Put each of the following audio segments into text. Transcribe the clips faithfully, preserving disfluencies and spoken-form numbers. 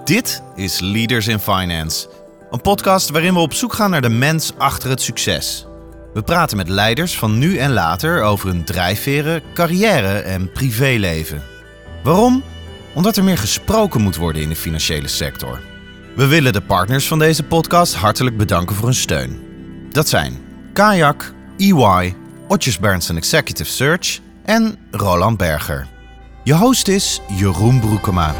Dit is Leaders in Finance, een podcast waarin we op zoek gaan naar de mens achter het succes. We praten met leiders van nu en later over hun drijfveren, carrière en privéleven. Waarom? Omdat er meer gesproken moet worden in de financiële sector. We willen de partners van deze podcast hartelijk bedanken voor hun steun. Dat zijn Kayak, E Y, Otjes Berndsen Executive Search en Roland Berger. Je host is Jeroen Broekema.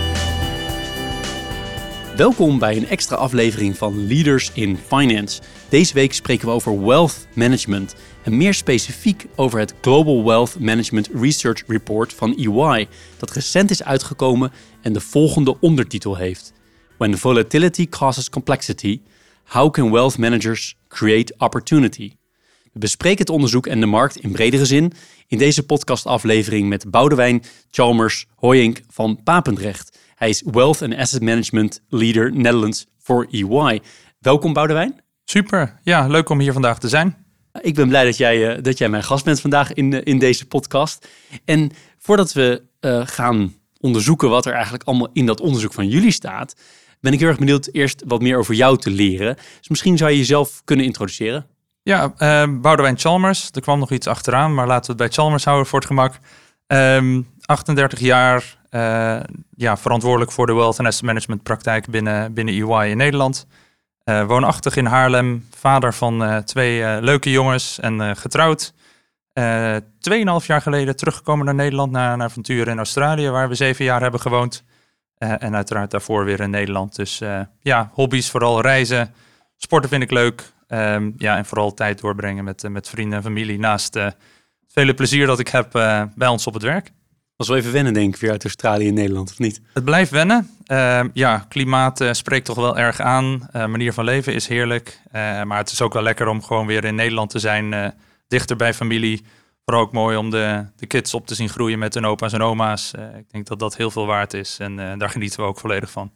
Welkom bij een extra aflevering van Leaders in Finance. Deze week spreken we over wealth management en meer specifiek over het Global Wealth Management Research Report van E Y, dat recent is uitgekomen en de volgende ondertitel heeft: When volatility causes complexity, how can wealth managers create opportunity? We bespreken het onderzoek en de markt in bredere zin in deze podcastaflevering met Boudewijn Chalmers Hoijink van Papendrecht. Hij is Wealth and Asset Management Leader Netherlands voor E Y. Welkom Boudewijn. Super, ja, leuk om hier vandaag te zijn. Ik ben blij dat jij, uh, dat jij mijn gast bent vandaag in, uh, in deze podcast. En voordat we uh, gaan onderzoeken wat er eigenlijk allemaal in dat onderzoek van jullie staat, ben ik heel erg benieuwd eerst wat meer over jou te leren. Dus misschien zou je jezelf kunnen introduceren. Ja, uh, Boudewijn Chalmers. Er kwam nog iets achteraan, maar laten we het bij Chalmers houden voor het gemak. Um, achtendertig jaar, uh, ja, verantwoordelijk voor de Wealth and Asset Management praktijk binnen, binnen E Y in Nederland. Uh, woonachtig in Haarlem, vader van uh, twee uh, leuke jongens en uh, getrouwd. Uh, tweeënhalf jaar geleden teruggekomen naar Nederland, naar een avontuur in Australië, waar we zeven jaar hebben gewoond. Uh, en uiteraard daarvoor weer in Nederland. Dus uh, ja, hobby's, vooral reizen. Sporten vind ik leuk. Um, ja, en vooral tijd doorbrengen met, uh, met vrienden en familie. Naast uh, het vele plezier dat ik heb uh, bij ons op het werk. Was wel even wennen, denk ik, weer uit Australië in Nederland, of niet? Het blijft wennen. Uh, ja, klimaat uh, spreekt toch wel erg aan. Uh, manier van leven is heerlijk. Uh, maar het is ook wel lekker om gewoon weer in Nederland te zijn. Uh, dichter bij familie. Vooral ook mooi om de, de kids op te zien groeien met hun opa's en oma's. Uh, ik denk dat dat heel veel waard is. En uh, daar genieten we ook volledig van.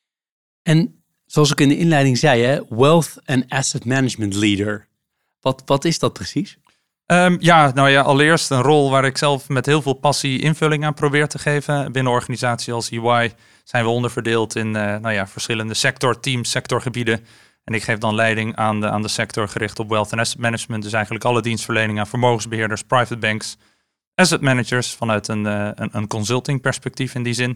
En zoals ik in de inleiding zei, hè, Wealth and Asset Management Leader. Wat, wat is dat precies? Um, ja, nou ja, allereerst een rol waar ik zelf met heel veel passie invulling aan probeer te geven. Binnen een organisatie als E Y zijn we onderverdeeld in uh, nou ja, verschillende sectorteams, sectorgebieden. En ik geef dan leiding aan de, aan de sector gericht op Wealth and Asset Management. Dus eigenlijk alle dienstverlening aan vermogensbeheerders, private banks, asset managers vanuit een, uh, een, een consulting perspectief in die zin.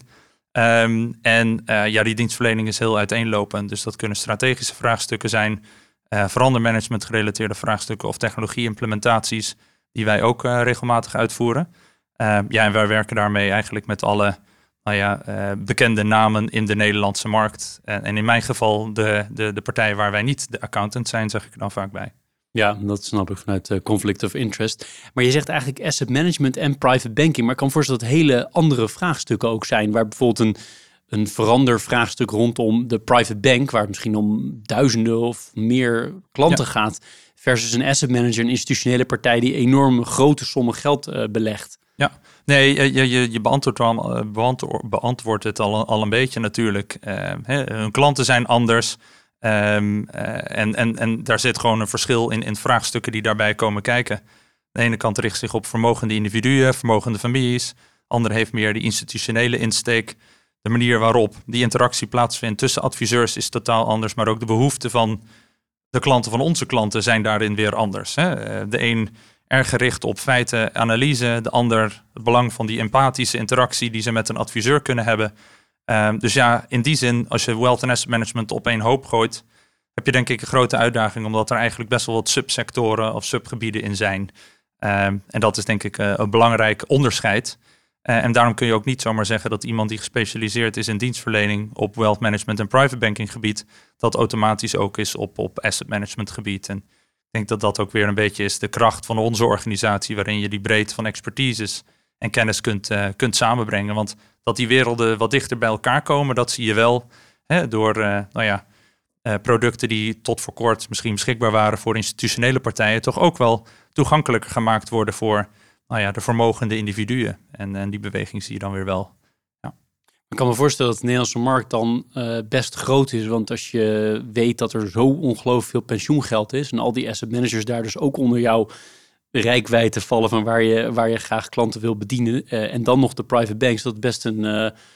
Um, en uh, ja, die dienstverlening is heel uiteenlopend. Dus dat kunnen strategische vraagstukken zijn, Uh, verandermanagement gerelateerde vraagstukken of technologie-implementaties die wij ook uh, regelmatig uitvoeren. Uh, ja, en wij werken daarmee eigenlijk met alle nou ja, uh, bekende namen in de Nederlandse markt. En, en in mijn geval de, de, de partijen waar wij niet de accountant zijn, zeg ik er dan vaak bij. Ja, dat snap ik vanuit uh, conflict of interest. Maar je zegt eigenlijk asset management en private banking. Maar ik kan me voorstellen dat hele andere vraagstukken ook zijn, waar bijvoorbeeld een een verandervraagstuk rondom de private bank, waar het misschien om duizenden of meer klanten ja. gaat, versus een asset manager, een institutionele partij die enorm grote sommen geld uh, belegt. Ja, nee, je, je, je beantwoordt, al, beantwoord, beantwoordt het al, al een beetje natuurlijk. Uh, hè, hun klanten zijn anders. Um, uh, en, en, en daar zit gewoon een verschil in, in vraagstukken die daarbij komen kijken. De ene kant richt zich op vermogende individuen, vermogende families. De andere heeft meer de institutionele insteek. De manier waarop die interactie plaatsvindt tussen adviseurs is totaal anders. Maar ook de behoeften van de klanten van onze klanten zijn daarin weer anders. Hè? De een erg gericht op feiten, analyse. De ander het belang van die empathische interactie die ze met een adviseur kunnen hebben. Um, dus ja, in die zin, als je wealth en asset management op één hoop gooit, heb je denk ik een grote uitdaging, omdat er eigenlijk best wel wat subsectoren of subgebieden in zijn. Um, en dat is denk ik uh, een belangrijk onderscheid. Uh, en daarom kun je ook niet zomaar zeggen dat iemand die gespecialiseerd is in dienstverlening op wealth management en private banking gebied, dat automatisch ook is op, op asset management gebied. En ik denk dat dat ook weer een beetje is de kracht van onze organisatie, waarin je die breedte van expertises en kennis kunt, uh, kunt samenbrengen. Want dat die werelden wat dichter bij elkaar komen, dat zie je wel hè, door uh, nou ja, uh, producten die tot voor kort misschien beschikbaar waren voor institutionele partijen, toch ook wel toegankelijker gemaakt worden voor nou ja, de vermogende individuen. En, en die beweging zie je dan weer wel. Ja. Ik kan me voorstellen dat de Nederlandse markt dan uh, best groot is. Want als je weet dat er zo ongelooflijk veel pensioengeld is en al die asset managers daar dus ook onder jouw reikwijdte vallen van waar je, waar je graag klanten wil bedienen. Uh, en dan nog de private banks, dat is best een, uh,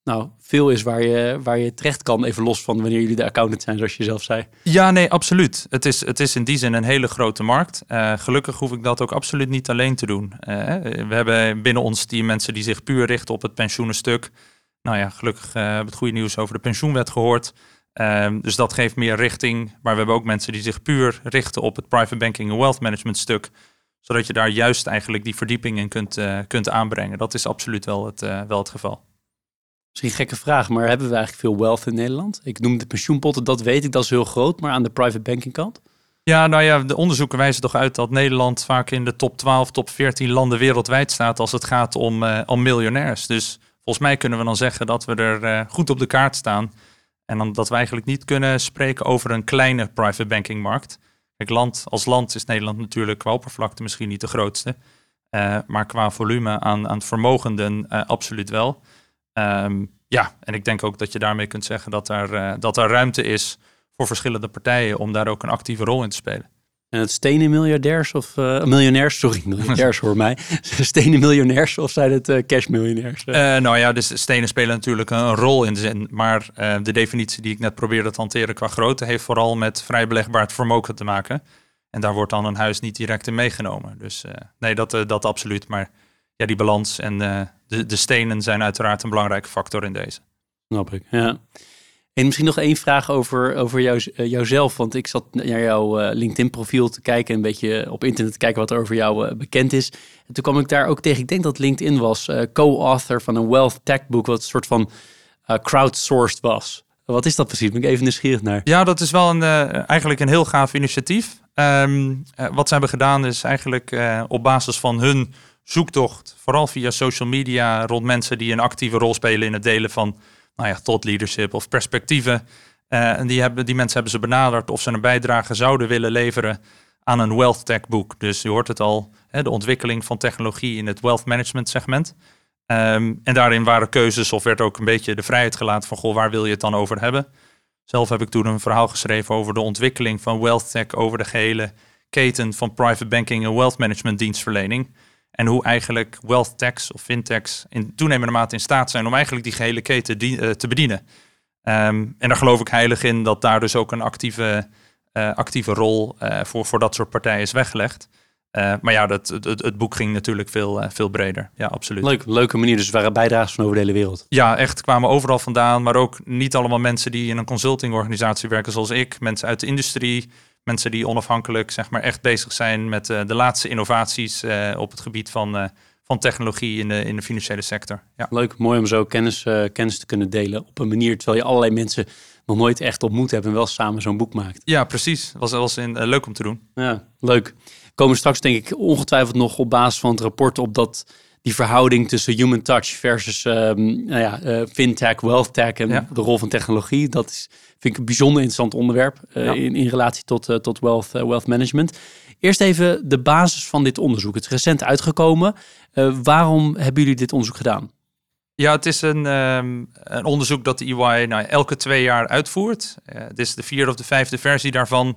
nou veel is waar je, waar je terecht kan, even los van wanneer jullie de accountant zijn, zoals je zelf zei. Ja, nee, absoluut. Het is, het is in die zin een hele grote markt. Uh, gelukkig hoef ik dat ook absoluut niet alleen te doen. Uh, we hebben binnen ons team mensen die zich puur richten op het pensioenenstuk. Nou ja, gelukkig uh, hebben we het goede nieuws over de pensioenwet gehoord. Uh, dus dat geeft meer richting. Maar we hebben ook mensen die zich puur richten op het private banking en wealth management stuk. Zodat je daar juist eigenlijk die verdieping in kunt, uh, kunt aanbrengen. Dat is absoluut wel het, uh, wel het geval. Misschien een gekke vraag, maar hebben we eigenlijk veel wealth in Nederland? Ik noem de pensioenpotten, dat weet ik, dat is heel groot. Maar aan de private banking kant? Ja, nou ja, de onderzoeken wijzen toch uit dat Nederland vaak in de top twaalf, top veertien landen wereldwijd staat als het gaat om, uh, om miljonairs. Dus volgens mij kunnen we dan zeggen dat we er uh, goed op de kaart staan. En dan dat we eigenlijk niet kunnen spreken over een kleine private banking markt. Kijk, land, als land is Nederland natuurlijk qua oppervlakte misschien niet de grootste. Uh, maar qua volume aan, aan vermogenden uh, absoluut wel. Um, ja, en ik denk ook dat je daarmee kunt zeggen dat er, uh, dat er ruimte is voor verschillende partijen om daar ook een actieve rol in te spelen. En het stenen miljardairs of uh, miljonairs, sorry, miljardairs hoor mij. Stenen miljonairs of zijn het uh, cash miljonairs? Uh, nou ja, dus stenen spelen natuurlijk een rol in de zin. Maar uh, de definitie die ik net probeerde te hanteren qua grootte heeft vooral met vrij belegbaar vermogen te maken. En daar wordt dan een huis niet direct in meegenomen. Dus uh, nee, dat, uh, dat absoluut. Maar ja, die balans en uh, de, de stenen zijn uiteraard een belangrijke factor in deze. Snap ik, ja. En misschien nog één vraag over, over jou, uh, jouzelf. Want ik zat naar jouw uh, LinkedIn-profiel te kijken. Een beetje op internet te kijken wat er over jou uh, bekend is. En toen kwam ik daar ook tegen. Ik denk dat LinkedIn was. Uh, co-author van een wealth tech boek. Wat een soort van uh, crowdsourced was. Wat is dat precies? Ben ik even nieuwsgierig naar. Ja, dat is wel een, uh, eigenlijk een heel gaaf initiatief. Um, uh, wat ze hebben gedaan is eigenlijk uh, op basis van hun zoektocht. Vooral via social media rond mensen die een actieve rol spelen in het delen van... nou ja, thought leadership of perspectieven. Uh, en die, hebben, die mensen hebben ze benaderd of ze een bijdrage zouden willen leveren aan een wealth tech boek. Dus je hoort het al, hè, de ontwikkeling van technologie in het wealth management segment. Um, en daarin waren keuzes of werd ook een beetje de vrijheid gelaten van, goh, waar wil je het dan over hebben? Zelf heb ik toen een verhaal geschreven over de ontwikkeling van wealth tech over de gehele keten van private banking en wealth management dienstverlening. En hoe eigenlijk wealth techs of fintechs in toenemende mate in staat zijn om eigenlijk die gehele keten die, uh, te bedienen. Um, en daar geloof ik heilig in dat daar dus ook een actieve, uh, actieve rol uh, voor, voor dat soort partijen is weggelegd. Uh, maar ja, dat, het, het boek ging natuurlijk veel, uh, veel breder. Ja, absoluut. Leuk, leuke manier. Dus het waren bijdragers van over de hele wereld. Ja, echt kwamen overal vandaan. Maar ook niet allemaal mensen die in een consultingorganisatie werken zoals ik. Mensen uit de industrie. Mensen die onafhankelijk zeg maar, echt bezig zijn met uh, de laatste innovaties uh, op het gebied van, uh, van technologie in de, in de financiële sector. Ja. Leuk, mooi om zo kennis, uh, kennis te kunnen delen op een manier terwijl je allerlei mensen nog nooit echt ontmoet hebt en wel samen zo'n boek maakt. Ja, precies. Was, was in, uh, leuk om te doen. Ja, leuk. We komen straks denk ik ongetwijfeld nog op basis van het rapport op dat die verhouding tussen human touch versus um, nou ja, uh, fintech, wealth tech en ja. de rol van technologie. Dat is, vind ik een bijzonder interessant onderwerp uh, ja. in, in relatie tot, uh, tot wealth, uh, wealth management. Eerst even de basis van dit onderzoek. Het is recent uitgekomen. Uh, waarom hebben jullie dit onderzoek gedaan? Ja, het is een, um, een onderzoek dat de E Y nou, elke twee jaar uitvoert. Uh, dit is de vierde of de vijfde versie daarvan.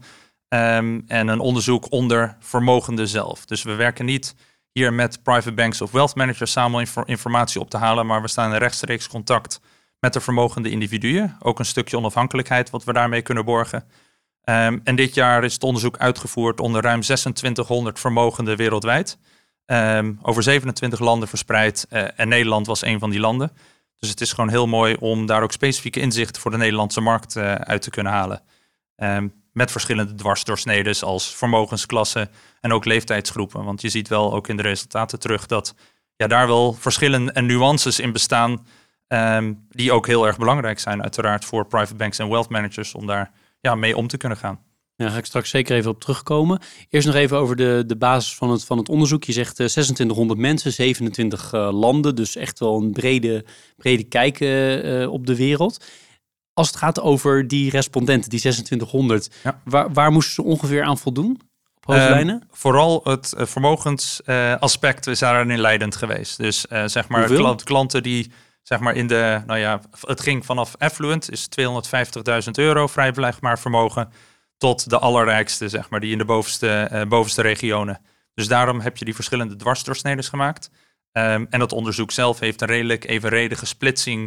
Um, en een onderzoek onder vermogenden zelf. Dus we werken niet hier met private banks of wealth managers samen om informatie op te halen, maar we staan in rechtstreeks contact met de vermogende individuen. Ook een stukje onafhankelijkheid wat we daarmee kunnen borgen. Um, en dit jaar is het onderzoek uitgevoerd onder ruim zesentwintighonderd vermogenden wereldwijd. Um, over zevenentwintig landen verspreid uh, en Nederland was een van die landen. Dus het is gewoon heel mooi om daar ook specifieke inzichten voor de Nederlandse markt uh, uit te kunnen halen. Um, met verschillende dwarsdoorsneden als vermogensklassen en ook leeftijdsgroepen. Want je ziet wel ook in de resultaten terug dat ja, daar wel verschillen en nuances in bestaan um, die ook heel erg belangrijk zijn uiteraard voor private banks en wealth managers om daar ja, mee om te kunnen gaan. Ja, daar ga ik straks zeker even op terugkomen. Eerst nog even over de, de basis van het, van het onderzoek. Je zegt uh, zesentwintighonderd mensen, zevenentwintig uh, landen. Dus echt wel een brede, brede kijk uh, op de wereld. Als het gaat over die respondenten, die zesentwintighonderd, ja. waar, waar moesten ze ongeveer aan voldoen? Op hoofdlijnen? Um, vooral het uh, vermogensaspect uh, is daarin leidend geweest. Dus uh, zeg maar klant, klanten die zeg maar in de, nou ja, het ging vanaf affluent, is tweehonderdvijftigduizend euro vrij belegbaar vermogen, tot de allerrijkste, zeg maar, die in de bovenste, uh, bovenste regionen. Dus daarom heb je die verschillende dwarsdoorsneden gemaakt. Um, en dat onderzoek zelf heeft een redelijk evenredige splitsing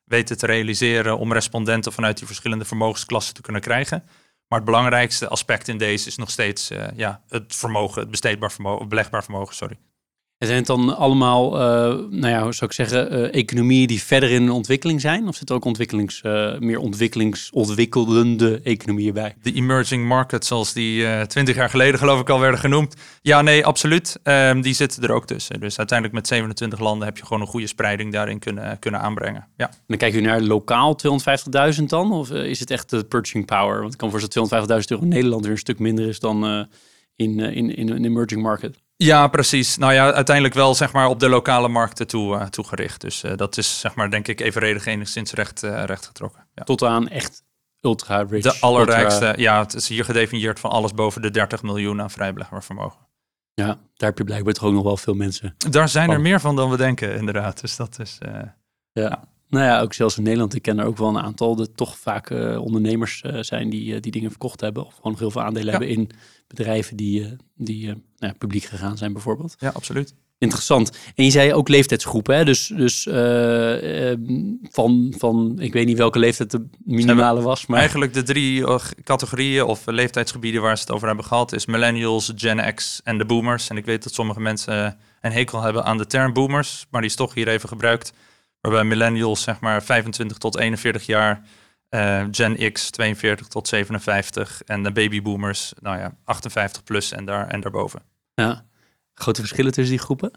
weten te realiseren om respondenten vanuit die verschillende vermogensklassen te kunnen krijgen. Maar het belangrijkste aspect in deze is nog steeds uh, ja, het vermogen, het besteedbaar vermogen, belegbaar vermogen, sorry. En zijn het dan allemaal, uh, nou ja, hoe zou ik zeggen, uh, economieën die verder in ontwikkeling zijn? Of zitten er ook ontwikkelings, uh, meer ontwikkelings, ontwikkelende economieën bij? De emerging markets, zoals die twintig uh, jaar geleden geloof ik al werden genoemd. Ja, nee, absoluut. Um, die zitten er ook tussen. Dus uiteindelijk met zevenentwintig landen heb je gewoon een goede spreiding daarin kunnen, kunnen aanbrengen. Ja. En dan kijken we naar lokaal tweehonderdvijftigduizend dan? Of uh, is het echt de purchasing power? Want ik kan voorstellen dat tweehonderdvijftigduizend euro in Nederland weer een stuk minder is dan uh, in, uh, in, in een emerging market. Ja, precies. Nou ja, uiteindelijk wel zeg maar op de lokale markten toe, uh, toegericht. Dus uh, dat is zeg maar denk ik evenredig enigszins recht, uh, recht getrokken. Ja. Tot aan echt ultra rich. De allerrijkste. Ultra... Ja, het is hier gedefinieerd van alles boven de dertig miljoen aan vrij belegbaar vermogen. Ja, daar heb je blijkbaar toch ook nog wel veel mensen. Daar zijn van. er meer van dan we denken, inderdaad. Dus dat is... Uh, ja. ja. Nou ja, ook zelfs in Nederland. Ik ken er ook wel een aantal. Dat toch vaak uh, ondernemers uh, zijn die, uh, die dingen verkocht hebben. Of gewoon nog heel veel aandelen ja. hebben in bedrijven die, uh, die uh, nou ja, publiek gegaan zijn bijvoorbeeld. Ja, absoluut. Interessant. En je zei ook leeftijdsgroepen. Hè? Dus, dus uh, uh, van, van, ik weet niet welke leeftijd de minimale was. Maar... Eigenlijk de drie uh, categorieën of leeftijdsgebieden waar ze het over hebben gehad... is millennials, Gen X en de boomers. En ik weet dat sommige mensen uh, een hekel hebben aan de term boomers. Maar die is toch hier even gebruikt... Waarbij millennials zeg maar vijfentwintig tot eenenveertig jaar, uh, Gen X tweeënveertig tot zevenenvijftig en de babyboomers, nou ja, achtenvijftig plus en, daar, en daarboven. Ja, grote verschillen tussen die groepen?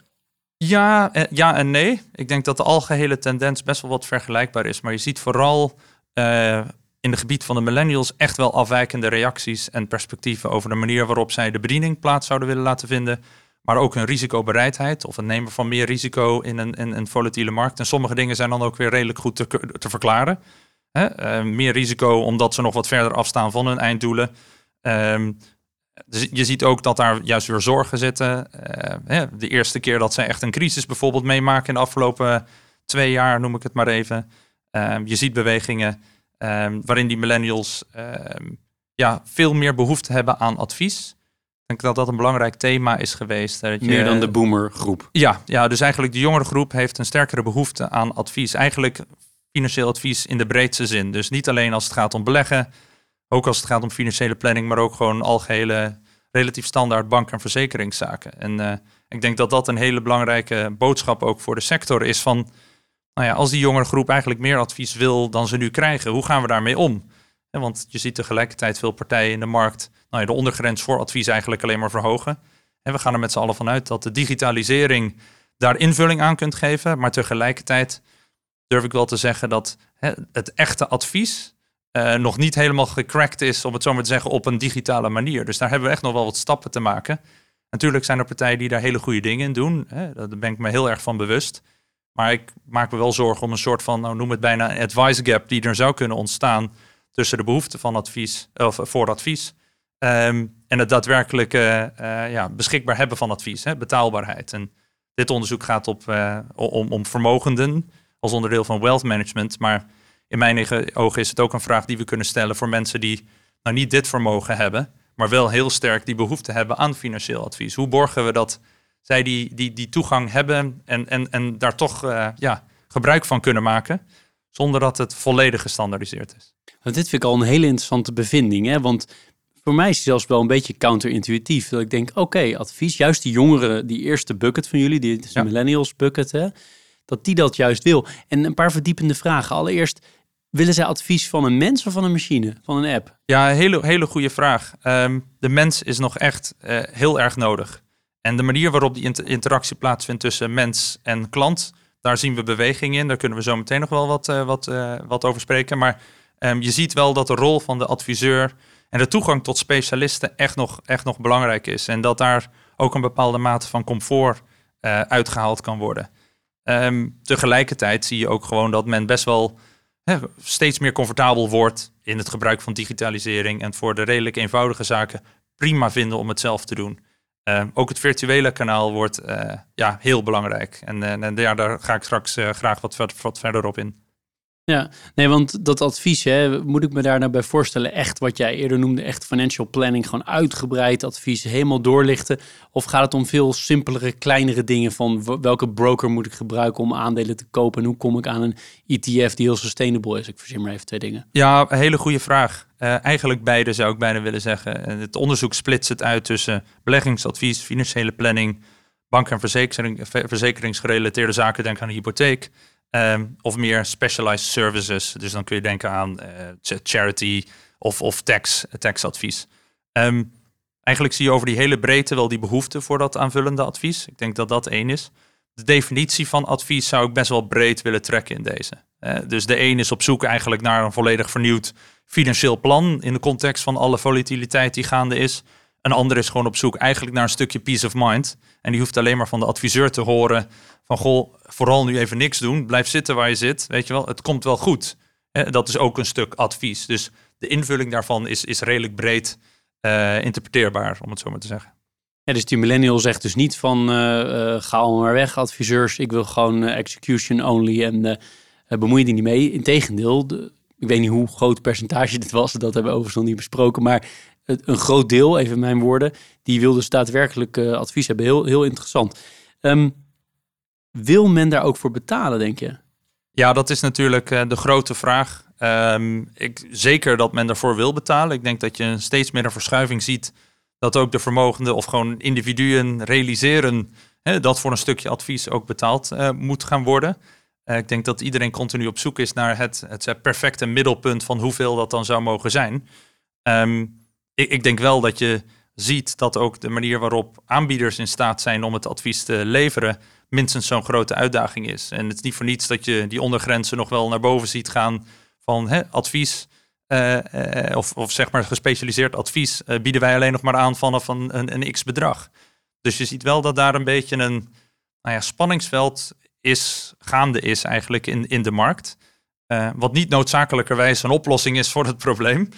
Ja, eh, ja en nee. Ik denk dat de algehele tendens best wel wat vergelijkbaar is. Maar je ziet vooral uh, in het gebied van de millennials echt wel afwijkende reacties en perspectieven over de manier waarop zij de bediening plaats zouden willen laten vinden. Maar ook hun risicobereidheid of het nemen van meer risico in een, in een volatiele markt. En sommige dingen zijn dan ook weer redelijk goed te, te verklaren. Hè? Uh, meer risico omdat ze nog wat verder afstaan van hun einddoelen. Um, dus je ziet ook dat daar juist weer zorgen zitten. Uh, hè? De eerste keer dat ze echt een crisis bijvoorbeeld meemaken in de afgelopen twee jaar, noem ik het maar even. Um, je ziet bewegingen um, waarin die millennials um, ja, veel meer behoefte hebben aan advies. Ik denk dat dat een belangrijk thema is geweest. Dat je, Meer dan de boomergroep. Ja, ja, dus eigenlijk de jongere groep heeft een sterkere behoefte aan advies. Eigenlijk financieel advies in de breedste zin. Dus niet alleen als het gaat om beleggen, ook als het gaat om financiële planning, maar ook gewoon algehele, relatief standaard bank- en verzekeringszaken. En uh, ik denk dat dat een hele belangrijke boodschap ook voor de sector is van, nou ja, als die jongere groep eigenlijk meer advies wil dan ze nu krijgen, hoe gaan we daarmee om? Ja, want je ziet tegelijkertijd veel partijen in de markt nou ja, de ondergrens voor advies eigenlijk alleen maar verhogen. En we gaan er met z'n allen vanuit dat de digitalisering daar invulling aan kunt geven. Maar tegelijkertijd durf ik wel te zeggen dat hè, het echte advies uh, nog niet helemaal gecrackt is, om het zo maar te zeggen, op een digitale manier. Dus daar hebben we echt nog wel wat stappen te maken. Natuurlijk zijn er partijen die daar hele goede dingen in doen. Hè, daar ben ik me heel erg van bewust. Maar ik maak me wel zorgen om een soort van, nou noem het bijna een advice gap die er zou kunnen ontstaan tussen de behoefte van advies, of voor advies, um, en het daadwerkelijke uh, ja, beschikbaar hebben van advies, hè, betaalbaarheid. En dit onderzoek gaat op, uh, om, om vermogenden als onderdeel van wealth management. Maar in mijn ogen is het ook een vraag die we kunnen stellen voor mensen die nou niet dit vermogen hebben, maar wel heel sterk die behoefte hebben aan financieel advies. Hoe borgen we dat zij die, die, die toegang hebben en, en, en daar toch uh, ja, gebruik van kunnen maken, zonder dat het volledig gestandaardiseerd is? Want dit vind ik al een hele interessante bevinding. Hè? Want voor mij is het zelfs wel een beetje counterintuïtief. Dat ik denk, oké, okay, advies. Juist die jongeren, die eerste bucket van jullie, die is de ja. millennials bucket, hè? Dat die dat juist wil. En een paar verdiepende vragen. Allereerst, willen zij advies van een mens of van een machine, van een app? Ja, hele, hele goede vraag. Um, de mens is nog echt uh, heel erg nodig. En de manier waarop die inter- interactie plaatsvindt tussen mens en klant, daar zien we beweging in. Daar kunnen we zo meteen nog wel wat, uh, wat, uh, wat over spreken. Maar Um, je ziet wel dat de rol van de adviseur en de toegang tot specialisten echt nog, echt nog belangrijk is. En dat daar ook een bepaalde mate van comfort uh, uitgehaald kan worden. Um, tegelijkertijd zie je ook gewoon dat men best wel hè, steeds meer comfortabel wordt in het gebruik van digitalisering. En voor de redelijk eenvoudige zaken prima vinden om het zelf te doen. Uh, ook het virtuele kanaal wordt uh, ja, heel belangrijk. En, uh, en ja, daar ga ik straks uh, graag wat, wat verder op in. Ja, nee, want dat advies, hè, moet ik me daar nou bij voorstellen, echt wat jij eerder noemde, echt financial planning, gewoon uitgebreid advies, helemaal doorlichten? Of gaat het om veel simpelere, kleinere dingen van welke broker moet ik gebruiken om aandelen te kopen en hoe kom ik aan een E T F die heel sustainable is? Ik verzin maar even twee dingen. Ja, een hele goede vraag. Uh, eigenlijk beide zou ik bijna willen zeggen. Het onderzoek splitst het uit tussen beleggingsadvies, financiële planning, bank- en verzekering, verzekeringsgerelateerde zaken, denk aan de hypotheek. Um, of meer specialized services. Dus dan kun je denken aan uh, charity of, of tax, taxadvies. Um, eigenlijk zie je over die hele breedte wel die behoefte voor dat aanvullende advies. Ik denk dat dat één is. De definitie van advies zou ik best wel breed willen trekken in deze. Uh, dus de een is op zoek eigenlijk naar een volledig vernieuwd financieel plan in de context van alle volatiliteit die gaande is. Een ander is gewoon op zoek eigenlijk naar een stukje peace of mind. En die hoeft alleen maar van de adviseur te horen van goh, vooral nu even niks doen. Blijf zitten waar je zit. Weet je wel, het komt wel goed. Eh, dat is ook een stuk advies. Dus de invulling daarvan is, is redelijk breed uh, interpreteerbaar, om het zo maar te zeggen. Ja, dus die millennial zegt dus niet van uh, uh, ga al maar weg, adviseurs. Ik wil gewoon uh, execution only en uh, bemoei je er niet mee. Integendeel, de, ik weet niet hoe groot percentage dit was. Dat hebben we overigens nog niet besproken. Maar het, een groot deel, even mijn woorden, die wil dus daadwerkelijk uh, advies hebben. Heel, heel interessant. Um, wil men daar ook voor betalen, denk je? Ja, dat is natuurlijk uh, de grote vraag. Um, ik, zeker dat men daarvoor wil betalen. Ik denk dat je steeds meer een verschuiving ziet dat ook de vermogenden of gewoon individuen realiseren hè, dat voor een stukje advies ook betaald uh, moet gaan worden. Uh, ik denk dat iedereen continu op zoek is naar het, het perfecte middelpunt van hoeveel dat dan zou mogen zijn. Um, ik, ik denk wel dat je ziet dat ook de manier waarop aanbieders in staat zijn om het advies te leveren minstens zo'n grote uitdaging is. En het is niet voor niets dat je die ondergrenzen nog wel naar boven ziet gaan van hè, advies uh, uh, of, of zeg maar gespecialiseerd advies uh, bieden wij alleen nog maar aan vanaf een, een, een x-bedrag. Dus je ziet wel dat daar een beetje een nou ja, spanningsveld is, gaande is eigenlijk in, in de markt. Uh, wat niet noodzakelijkerwijs een oplossing is voor het probleem.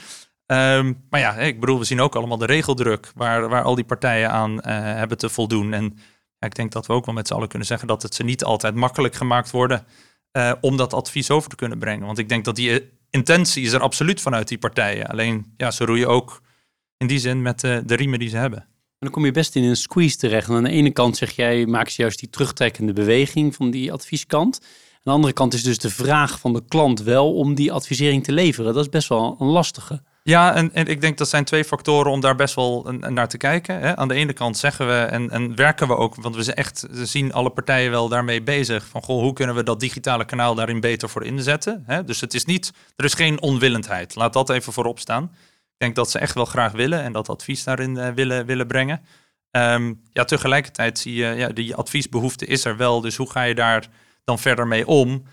Um, maar ja, ik bedoel, we zien ook allemaal de regeldruk waar, waar al die partijen aan uh, hebben te voldoen. En ja, ik denk dat we ook wel met z'n allen kunnen zeggen dat het ze niet altijd makkelijk gemaakt worden uh, om dat advies over te kunnen brengen. Want ik denk dat die intentie is er absoluut vanuit die partijen. Alleen, ja, ze roeien ook in die zin met uh, de riemen die ze hebben. En dan kom je best in een squeeze terecht. En aan de ene kant zeg jij, maak ze juist die terugtrekkende beweging van die advieskant. Aan de andere kant is dus de vraag van de klant wel om die advisering te leveren. Dat is best wel een lastige. Ja, en, en ik denk dat zijn twee factoren om daar best wel een, naar te kijken. Hè. Aan de ene kant zeggen we en, en werken we ook, want we zijn echt, we zien alle partijen wel daarmee bezig. Van goh, hoe kunnen we dat digitale kanaal daarin beter voor inzetten? Hè? Dus het is niet, er is geen onwillendheid. Laat dat even voorop staan. Ik denk dat ze echt wel graag willen en dat advies daarin uh, willen, willen brengen. Um, ja, tegelijkertijd zie je, ja, die adviesbehoefte is er wel. Dus hoe ga je daar dan verder mee om?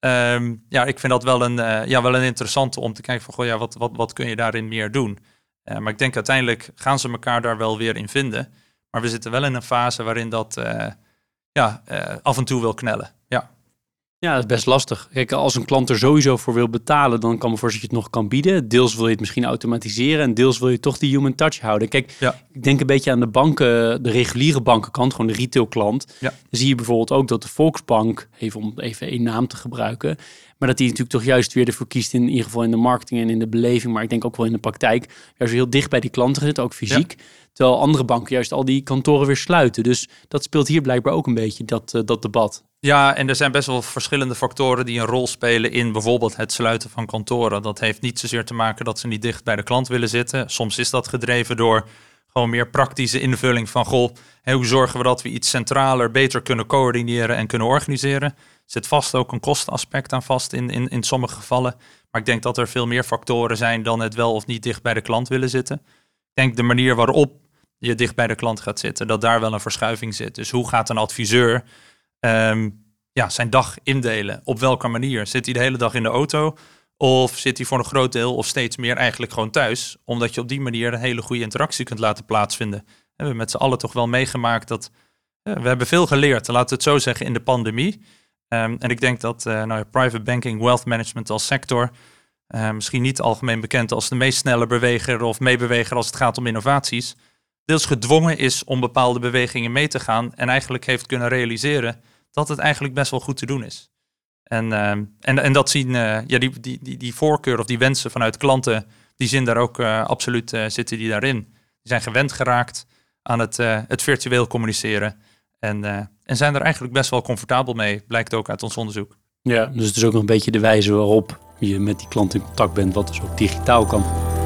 Um, ja, ik vind dat wel een, uh, ja, wel een interessante om te kijken van, goh, ja, wat, wat, wat kun je daarin meer doen? Uh, maar ik denk uiteindelijk gaan ze elkaar daar wel weer in vinden. Maar we zitten wel in een fase waarin dat uh, ja, uh, af en toe wil knellen. Ja. Ja, dat is best lastig. Kijk, als een klant er sowieso voor wil betalen, dan kan me voorstellen dat je het nog kan bieden. Deels wil je het misschien automatiseren en deels wil je toch die human touch houden. Kijk, ja. Ik denk een beetje aan de banken, de reguliere bankenkant, gewoon de retailklant. Ja. Dan zie je bijvoorbeeld ook dat de Volksbank, even om even één naam te gebruiken, maar dat die natuurlijk toch juist weer ervoor kiest, in ieder geval in de marketing en in de beleving, maar ik denk ook wel in de praktijk, juist heel dicht bij die klanten zit, ook fysiek. Ja. Terwijl andere banken juist al die kantoren weer sluiten. Dus dat speelt hier blijkbaar ook een beetje, dat, uh, dat debat. Ja, en er zijn best wel verschillende factoren die een rol spelen in bijvoorbeeld het sluiten van kantoren. Dat heeft niet zozeer te maken dat ze niet dicht bij de klant willen zitten. Soms is dat gedreven door gewoon meer praktische invulling van, goh, hè, hoe zorgen we dat we iets centraler, beter kunnen coördineren en kunnen organiseren. Er zit vast ook een kostenaspect aan vast in, in, in sommige gevallen. Maar ik denk dat er veel meer factoren zijn dan het wel of niet dicht bij de klant willen zitten. Ik denk de manier waarop je dicht bij de klant gaat zitten, dat daar wel een verschuiving zit. Dus hoe gaat een adviseur um, ja, zijn dag indelen? Op welke manier? Zit hij de hele dag in de auto? Of zit hij voor een groot deel of steeds meer eigenlijk gewoon thuis? Omdat je op die manier een hele goede interactie kunt laten plaatsvinden. We hebben met z'n allen toch wel meegemaakt dat uh, we hebben veel geleerd, laten we het zo zeggen, in de pandemie. Um, en ik denk dat uh, nou ja, private banking, wealth management als sector, uh, misschien niet algemeen bekend als de meest snelle beweger of meebeweger als het gaat om innovaties, deels gedwongen is om bepaalde bewegingen mee te gaan en eigenlijk heeft kunnen realiseren dat het eigenlijk best wel goed te doen is. En, uh, en, en dat zien, uh, ja, die, die, die, die voorkeur of die wensen vanuit klanten, die zien daar ook uh, absoluut uh, zitten die daarin. Die zijn gewend geraakt aan het, uh, het virtueel communiceren. En, uh, en zijn er eigenlijk best wel comfortabel mee, blijkt ook uit ons onderzoek. Ja, dus het is ook nog een beetje de wijze waarop je met die klant in contact bent, wat dus ook digitaal kan.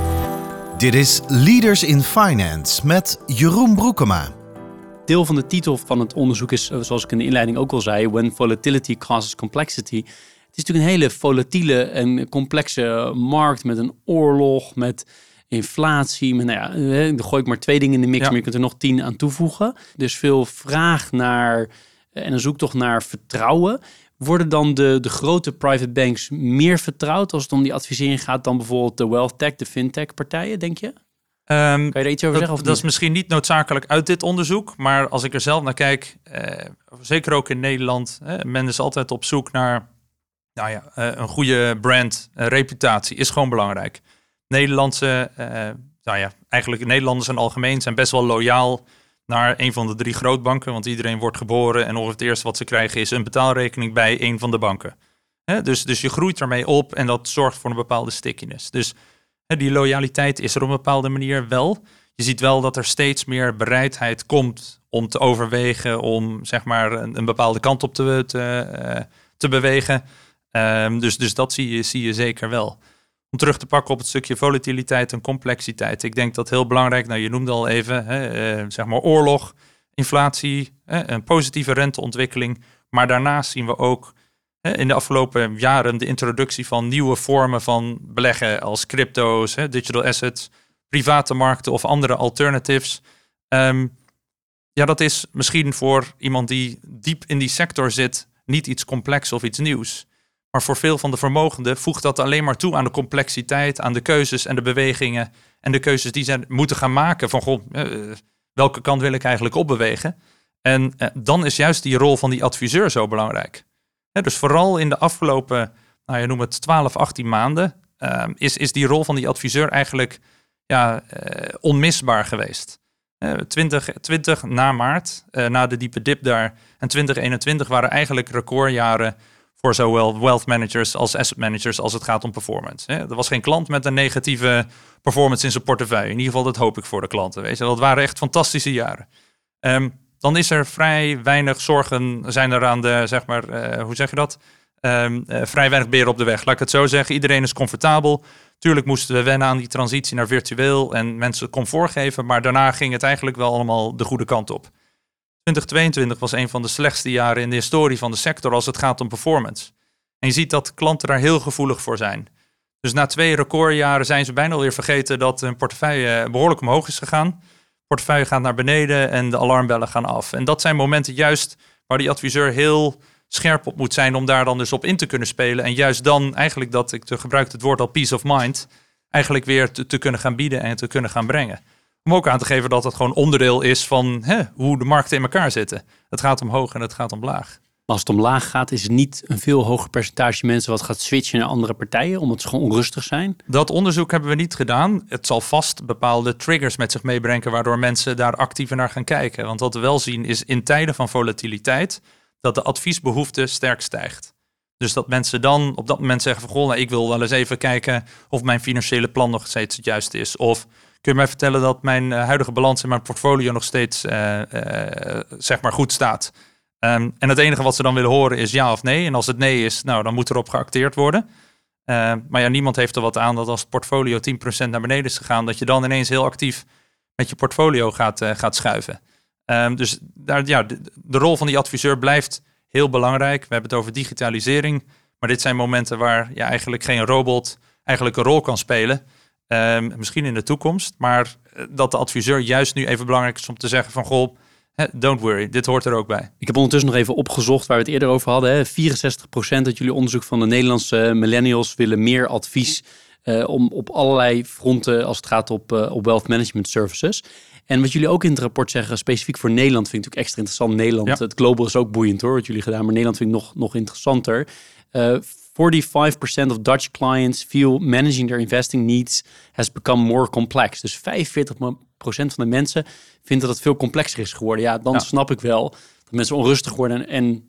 Dit is Leaders in Finance met Jeroen Broekema. Deel van de titel van het onderzoek is, zoals ik in de inleiding ook al zei, When Volatility Causes Complexity. Het is natuurlijk een hele volatiele en complexe markt met een oorlog, met inflatie. Met, nou ja, dan gooi ik maar twee dingen in de mix, ja. Maar je kunt er nog tien aan toevoegen. Dus veel vraag naar en een zoektocht naar vertrouwen. Worden dan de, de grote private banks meer vertrouwd als het om die advisering gaat dan bijvoorbeeld de wealth tech, de fintech partijen, denk je? Um, kan je er iets over dat, zeggen? Of dat niet? is misschien niet noodzakelijk uit dit onderzoek, maar als ik er zelf naar kijk, eh, zeker ook in Nederland, eh, men is altijd op zoek naar nou ja, uh, een goede brand, uh, reputatie is gewoon belangrijk. Nederlandse, uh, nou ja, eigenlijk Nederlanders in het algemeen zijn best wel loyaal naar een van de drie grootbanken, want iedereen wordt geboren en ongeveer het eerste wat ze krijgen is een betaalrekening bij een van de banken. He, dus, dus je groeit ermee op en dat zorgt voor een bepaalde stickiness. Dus he, die loyaliteit is er op een bepaalde manier wel. Je ziet wel dat er steeds meer bereidheid komt om te overwegen, om zeg maar een, een bepaalde kant op te, te, uh, te bewegen. Um, dus, dus dat zie je, zie je zeker wel. Om terug te pakken op het stukje volatiliteit en complexiteit. Ik denk dat heel belangrijk, nou je noemde al even, hè, uh, zeg maar oorlog, inflatie, hè, een positieve renteontwikkeling. Maar daarnaast zien we ook hè, in de afgelopen jaren de introductie van nieuwe vormen van beleggen als crypto's, hè, digital assets, private markten of andere alternatives. Um, ja, dat is misschien voor iemand die diep in die sector zit niet iets complex of iets nieuws. Maar voor veel van de vermogenden voegt dat alleen maar toe aan de complexiteit, aan de keuzes en de bewegingen en de keuzes die ze moeten gaan maken van goh, uh, welke kant wil ik eigenlijk opbewegen? En uh, dan is juist die rol van die adviseur zo belangrijk. Ja, dus vooral in de afgelopen, nou je noemt het twaalf, achttien maanden, uh, is, is die rol van die adviseur eigenlijk ja, uh, onmisbaar geweest. Uh, twintig twintig na maart, uh, na de diepe dip daar, en twintig eenentwintig waren eigenlijk recordjaren voor zowel wealth managers als asset managers als het gaat om performance. Er was geen klant met een negatieve performance in zijn portefeuille. In ieder geval, dat hoop ik voor de klanten. Weet je. Dat waren echt fantastische jaren. Um, dan is er vrij weinig zorgen, zijn er aan de, zeg maar, uh, hoe zeg je dat? Um, uh, vrij weinig beren op de weg, laat ik het zo zeggen. Iedereen is comfortabel. Tuurlijk moesten we wennen aan die transitie naar virtueel en mensen comfort geven, maar daarna ging het eigenlijk wel allemaal de goede kant op. twintig tweeëntwintig was een van de slechtste jaren in de historie van de sector als het gaat om performance. En je ziet dat klanten daar heel gevoelig voor zijn. Dus na twee recordjaren zijn ze bijna alweer vergeten dat hun portefeuille behoorlijk omhoog is gegaan. Portefeuille gaat naar beneden en de alarmbellen gaan af. En dat zijn momenten juist waar die adviseur heel scherp op moet zijn om daar dan dus op in te kunnen spelen. En juist dan eigenlijk dat, ik gebruik het woord al peace of mind, eigenlijk weer te, te kunnen gaan bieden en te kunnen gaan brengen. Om ook aan te geven dat het gewoon onderdeel is van hè, hoe de markten in elkaar zitten. Het gaat omhoog en het gaat omlaag. Als het omlaag gaat, is het niet een veel hoger percentage mensen wat gaat switchen naar andere partijen, omdat ze gewoon onrustig zijn? Dat onderzoek hebben we niet gedaan. Het zal vast bepaalde triggers met zich meebrengen, waardoor mensen daar actiever naar gaan kijken. Want wat we wel zien is in tijden van volatiliteit dat de adviesbehoefte sterk stijgt. Dus dat mensen dan op dat moment zeggen van goh, nou, ik wil wel eens even kijken of mijn financiële plan nog steeds het juiste is. Of kun je mij vertellen dat mijn uh, huidige balans in mijn portfolio nog steeds uh, uh, zeg maar goed staat? Um, en het enige wat ze dan willen horen is ja of nee. En als het nee is, nou dan moet erop geacteerd worden. Uh, maar ja, niemand heeft er wat aan dat als het portfolio tien procent naar beneden is gegaan, dat je dan ineens heel actief met je portfolio gaat, uh, gaat schuiven. Um, dus daar, ja, de, de rol van die adviseur blijft heel belangrijk. We hebben het over digitalisering. Maar dit zijn momenten waar je eigenlijk geen robot eigenlijk een rol kan spelen. Um, misschien in de toekomst. Maar dat de adviseur juist nu even belangrijk is om te zeggen van goh, don't worry, dit hoort er ook bij. Ik heb ondertussen nog even opgezocht waar we het eerder over hadden. Hè. vierenzestig procent uit jullie onderzoek van de Nederlandse millennials willen meer advies uh, om op allerlei fronten als het gaat op, uh, op wealth management services. En wat jullie ook in het rapport zeggen, specifiek voor Nederland, vind ik natuurlijk extra interessant. Nederland, ja. Het global is ook boeiend hoor, wat jullie gedaan. Maar Nederland vind ik nog, nog interessanter. Uh, forty-five percent of Dutch clients feel managing their investing needs has become more complex. Dus vijfenveertig procent van de mensen vindt dat het veel complexer is geworden. Ja, dan ja. snap ik wel dat mensen onrustig worden en, en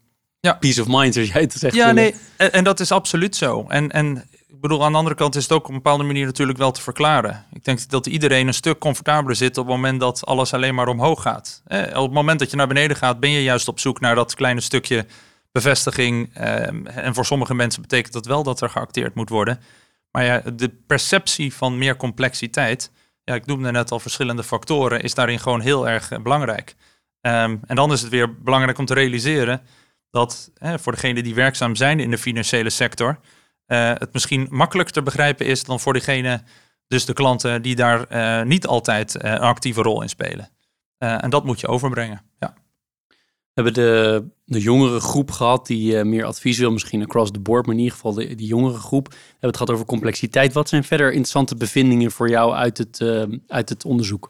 ja. peace of mind, zoals jij het zegt. Ja, nee, en, en dat is absoluut zo. En, en ik bedoel, aan de andere kant is het ook op een bepaalde manier natuurlijk wel te verklaren. Ik denk dat iedereen een stuk comfortabeler zit op het moment dat alles alleen maar omhoog gaat. Eh, op het moment dat je naar beneden gaat, ben je juist op zoek naar dat kleine stukje bevestiging. Eh, en voor sommige mensen betekent dat wel dat er geacteerd moet worden. Maar ja, de perceptie van meer complexiteit, ja, ik noemde net al verschillende factoren, is daarin gewoon heel erg uh, belangrijk. Um, en dan is het weer belangrijk om te realiseren dat eh, voor degenen die werkzaam zijn in de financiële sector, uh, het misschien makkelijker te begrijpen is dan voor degene, dus de klanten die daar uh, niet altijd uh, een actieve rol in spelen. Uh, en dat moet je overbrengen. Ja. We hebben de, de jongere groep gehad die uh, meer advies wil, misschien across the board, maar in ieder geval de, die jongere groep. We hebben het gehad over complexiteit. Wat zijn verder interessante bevindingen voor jou uit het, uh, uit het onderzoek?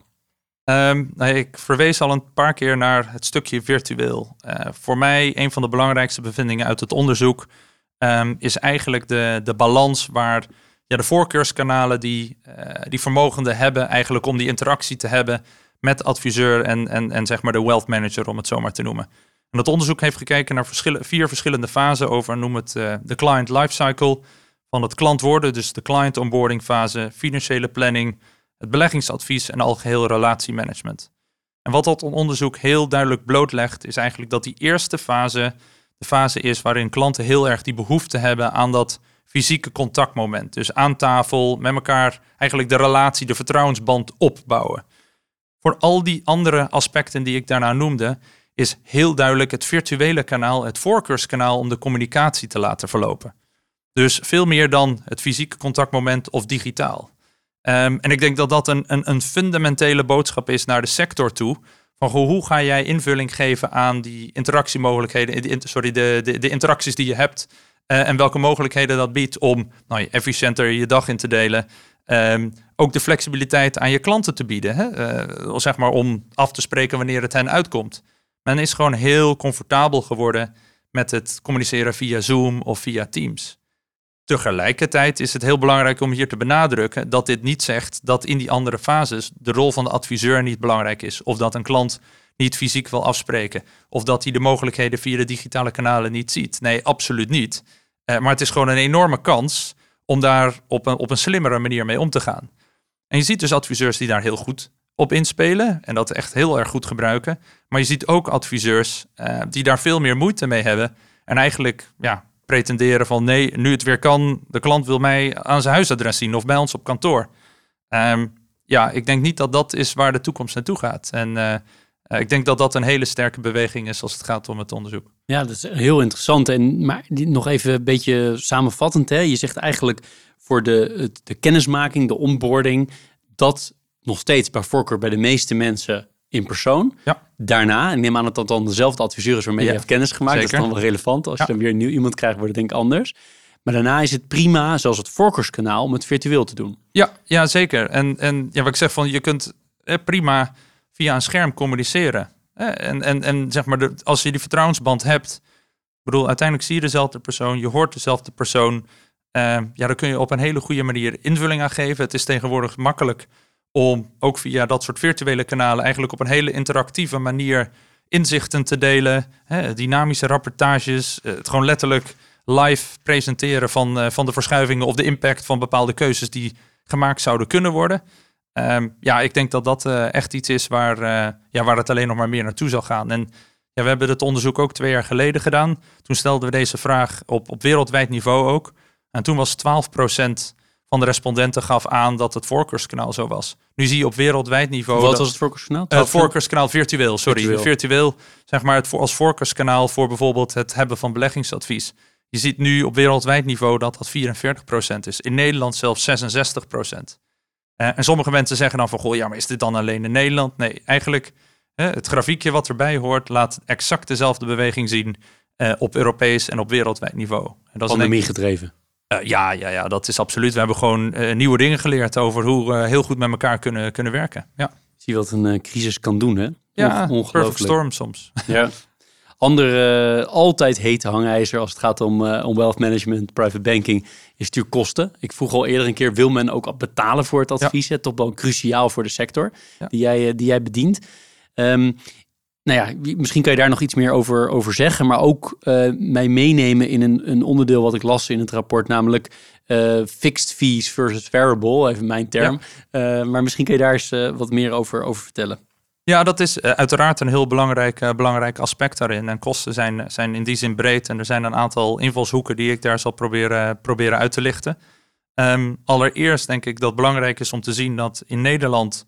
Um, nou, ik verwees al een paar keer naar het stukje virtueel. Uh, voor mij een van de belangrijkste bevindingen uit het onderzoek um, is eigenlijk de, de balans waar ja, de voorkeurskanalen die, uh, die vermogenden hebben eigenlijk om die interactie te hebben met adviseur en, en, en zeg maar de wealth manager, om het zo maar te noemen. En dat onderzoek heeft gekeken naar verschillen, vier verschillende fasen over, noem het uh, de client lifecycle, van het klant worden, dus de client onboarding fase, financiële planning, het beleggingsadvies en algeheel relatiemanagement. En wat dat onderzoek heel duidelijk blootlegt, is eigenlijk dat die eerste fase de fase is waarin klanten heel erg die behoefte hebben aan dat fysieke contactmoment. Dus aan tafel, met elkaar eigenlijk de relatie, de vertrouwensband opbouwen. Voor al die andere aspecten die ik daarna noemde, is heel duidelijk het virtuele kanaal, het voorkeurskanaal om de communicatie te laten verlopen. Dus veel meer dan het fysieke contactmoment of digitaal. Um, en ik denk dat dat een, een, een fundamentele boodschap is naar de sector toe. Van hoe ga jij invulling geven aan die interactiemogelijkheden, die, sorry, de, de, de interacties die je hebt. Uh, en welke mogelijkheden dat biedt om nou, efficiënter je dag in te delen. Um, ook de flexibiliteit aan je klanten te bieden. Hè? Uh, zeg maar om af te spreken wanneer het hen uitkomt. Men is gewoon heel comfortabel geworden met het communiceren via Zoom of via Teams. Tegelijkertijd is het heel belangrijk om hier te benadrukken dat dit niet zegt dat in die andere fases de rol van de adviseur niet belangrijk is. Of dat een klant niet fysiek wil afspreken. Of dat hij de mogelijkheden via de digitale kanalen niet ziet. Nee, absoluut niet. Uh, maar het is gewoon een enorme kans om daar op een, op een slimmere manier mee om te gaan. En je ziet dus adviseurs die daar heel goed op inspelen en dat echt heel erg goed gebruiken. Maar je ziet ook adviseurs uh, die daar veel meer moeite mee hebben en eigenlijk ja, pretenderen van nee, nu het weer kan, de klant wil mij aan zijn huisadres zien of bij ons op kantoor. Um, ja, ik denk niet dat dat is waar de toekomst naartoe gaat. En uh, uh, ik denk dat dat een hele sterke beweging is als het gaat om het onderzoek. Ja, dat is heel interessant. En, maar nog even een beetje samenvattend. Hè? Je zegt eigenlijk voor de, de kennismaking, de onboarding, dat nog steeds bij voorkeur bij de meeste mensen in persoon. Ja. Daarna, en neem aan dat dat dan dezelfde adviseur is waarmee ja, je hebt kennis gemaakt. Zeker. Dat is dan wel relevant. Als ja. je dan weer nieuw iemand krijgt, wordt het denk ik anders. Maar daarna is het prima, zoals het voorkeurskanaal, om het virtueel te doen. Ja, ja zeker. En, en ja, wat ik zeg, van je kunt eh, prima via een scherm communiceren. Eh, en, en, en zeg maar, de, als je die vertrouwensband hebt, ik bedoel, uiteindelijk zie je dezelfde persoon, je hoort dezelfde persoon. Uh, ja, daar kun je op een hele goede manier invulling aan geven. Het is tegenwoordig makkelijk om ook via dat soort virtuele kanalen eigenlijk op een hele interactieve manier inzichten te delen. Hè, dynamische rapportages, uh, het gewoon letterlijk live presenteren van, uh, van de verschuivingen of de impact van bepaalde keuzes die gemaakt zouden kunnen worden. Um, ja, ik denk dat dat uh, echt iets is waar, uh, ja, waar het alleen nog maar meer naartoe zal gaan. En ja, we hebben het onderzoek ook twee jaar geleden gedaan. Toen stelden we deze vraag op, op wereldwijd niveau ook. En toen was twaalf procent van de respondenten gaf aan dat het voorkeurskanaal zo was. Nu zie je op wereldwijd niveau... Wat dat, was het voorkeurskanaal? Uh, het voorkeurskanaal virtueel, sorry. Virtueel, virtueel zeg maar het voor, als voorkeurskanaal voor bijvoorbeeld het hebben van beleggingsadvies. Je ziet nu op wereldwijd niveau dat dat vierenveertig procent is. In Nederland zelfs zesenzestig procent. Uh, en sommige mensen zeggen dan van, goh, ja, maar is dit dan alleen in Nederland? Nee, eigenlijk uh, het grafiekje wat erbij hoort laat exact dezelfde beweging zien uh, op Europees en op wereldwijd niveau. En dat Pandemie gedreven. Uh, ja, ja, ja, dat is absoluut. We hebben gewoon uh, nieuwe dingen geleerd over hoe we uh, heel goed met elkaar kunnen, kunnen werken. Ja. Zie je wat een uh, crisis kan doen, hè? Ja, perfect storm soms. Ja. Andere uh, altijd hete hangijzer als het gaat om, uh, om wealth management, private banking, is natuurlijk kosten. Ik vroeg al eerder een keer, wil men ook betalen voor het advies? Ja. Toch wel cruciaal voor de sector ja. die, jij, die jij bedient. Um, nou ja, misschien kan je daar nog iets meer over, over zeggen, maar ook uh, mij meenemen in een, een onderdeel wat ik las in het rapport, namelijk uh, fixed fees versus variable, even mijn term. Ja. Uh, maar misschien kan je daar eens uh, wat meer over, over vertellen. Ja, dat is uh, uiteraard een heel belangrijk, uh, belangrijk aspect daarin. En kosten zijn, zijn in die zin breed en er zijn een aantal invalshoeken die ik daar zal proberen, proberen uit te lichten. Um, allereerst denk ik dat het belangrijk is om te zien dat in Nederland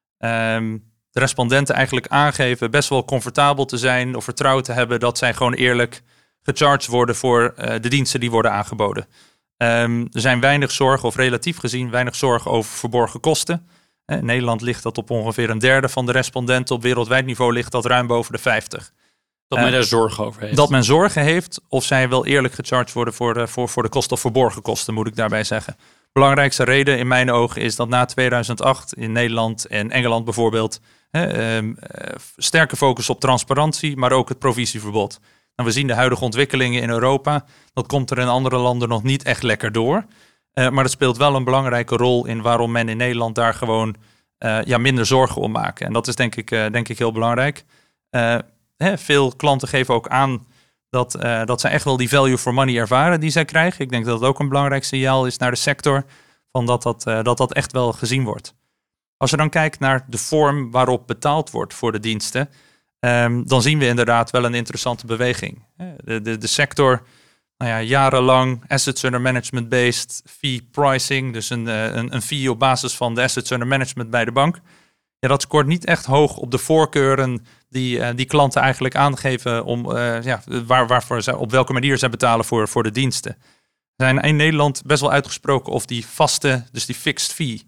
um, de respondenten eigenlijk aangeven best wel comfortabel te zijn of vertrouwen te hebben dat zij gewoon eerlijk gecharged worden voor uh, de diensten die worden aangeboden. Um, er zijn weinig zorgen, of relatief gezien weinig zorgen over verborgen kosten. In Nederland ligt dat op ongeveer een derde van de respondenten. Op wereldwijd niveau ligt dat ruim boven de vijftig. Dat men uh, daar zorgen over heeft. Dat men zorgen heeft of zij wel eerlijk gecharged worden voor de, voor, voor de kosten of verborgen kosten, moet ik daarbij zeggen. Belangrijkste reden in mijn ogen is dat na tweeduizend acht in Nederland en Engeland bijvoorbeeld hè, um, uh, sterke focus op transparantie, maar ook het provisieverbod. Nou, we zien de huidige ontwikkelingen in Europa. Dat komt er in andere landen nog niet echt lekker door. Uh, maar dat speelt wel een belangrijke rol in waarom men in Nederland daar gewoon uh, ja, minder zorgen om maakt. En dat is denk ik, uh, denk ik heel belangrijk. Uh, hè, veel klanten geven ook aan dat, uh, dat zij echt wel die value for money ervaren die zij krijgen. Ik denk dat dat ook een belangrijk signaal is naar de sector, van dat, dat, uh, dat dat echt wel gezien wordt. Als je dan kijkt naar de vorm waarop betaald wordt voor de diensten, um, dan zien we inderdaad wel een interessante beweging. De, de, de sector... Nou ja, jarenlang assets under management based fee pricing, dus een, een, een fee op basis van de assets under management bij de bank. Ja, dat scoort niet echt hoog op de voorkeuren die, uh, die klanten eigenlijk aangeven om uh, ja, waar, waarvoor ze, op welke manier zij betalen voor, voor de diensten. Er zijn in Nederland best wel uitgesproken of die vaste, dus die fixed fee.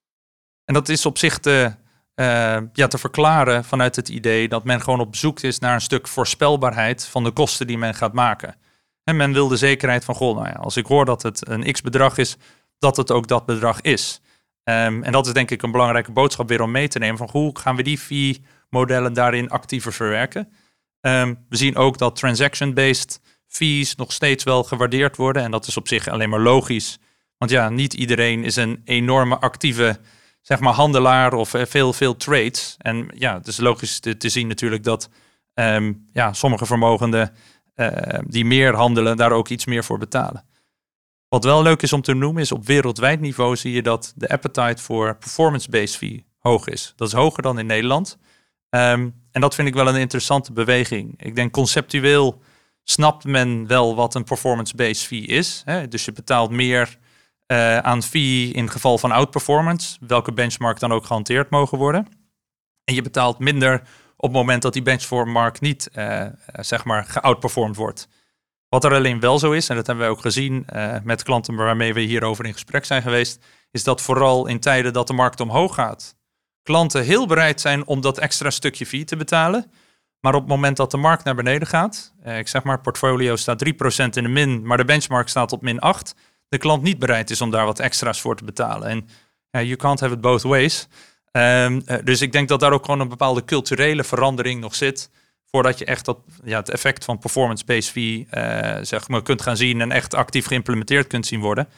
En dat is op zich te, uh, ja, te verklaren vanuit het idee dat men gewoon op zoek is naar een stuk voorspelbaarheid van de kosten die men gaat maken. En men wil de zekerheid van, goh, nou ja, als ik hoor dat het een x-bedrag is, dat het ook dat bedrag is. Um, en dat is denk ik een belangrijke boodschap weer om mee te nemen van hoe gaan we die fee-modellen daarin actiever verwerken. Um, we zien ook dat transaction-based fees nog steeds wel gewaardeerd worden. En dat is op zich alleen maar logisch. Want ja, niet iedereen is een enorme actieve, zeg maar, handelaar of uh, veel, veel trades. En ja, het is logisch te, te zien natuurlijk dat um, ja, sommige vermogenden Uh, die meer handelen, daar ook iets meer voor betalen. Wat wel leuk is om te noemen is op wereldwijd niveau zie je dat de appetite voor performance-based fee hoog is. Dat is hoger dan in Nederland. Um, en dat vind ik wel een interessante beweging. Ik denk conceptueel snapt men wel wat een performance-based fee is. Hè? Dus je betaalt meer uh, aan fee in geval van outperformance, welke benchmark dan ook gehanteerd mogen worden. En je betaalt minder op het moment dat die benchmark niet uh, zeg maar geoutperformed wordt. Wat er alleen wel zo is, en dat hebben we ook gezien uh, met klanten waarmee we hierover in gesprek zijn geweest, is dat vooral in tijden dat de markt omhoog gaat, klanten heel bereid zijn om dat extra stukje fee te betalen. Maar op het moment dat de markt naar beneden gaat, uh, ik zeg maar, portfolio staat drie procent in de min, maar de benchmark staat op min acht, de klant niet bereid is om daar wat extra's voor te betalen. En uh, you can't have it both ways. Um, uh, dus ik denk dat daar ook gewoon een bepaalde culturele verandering nog zit, voordat je echt dat, ja, het effect van performance-based fee uh, zeg maar, kunt gaan zien en echt actief geïmplementeerd kunt zien worden.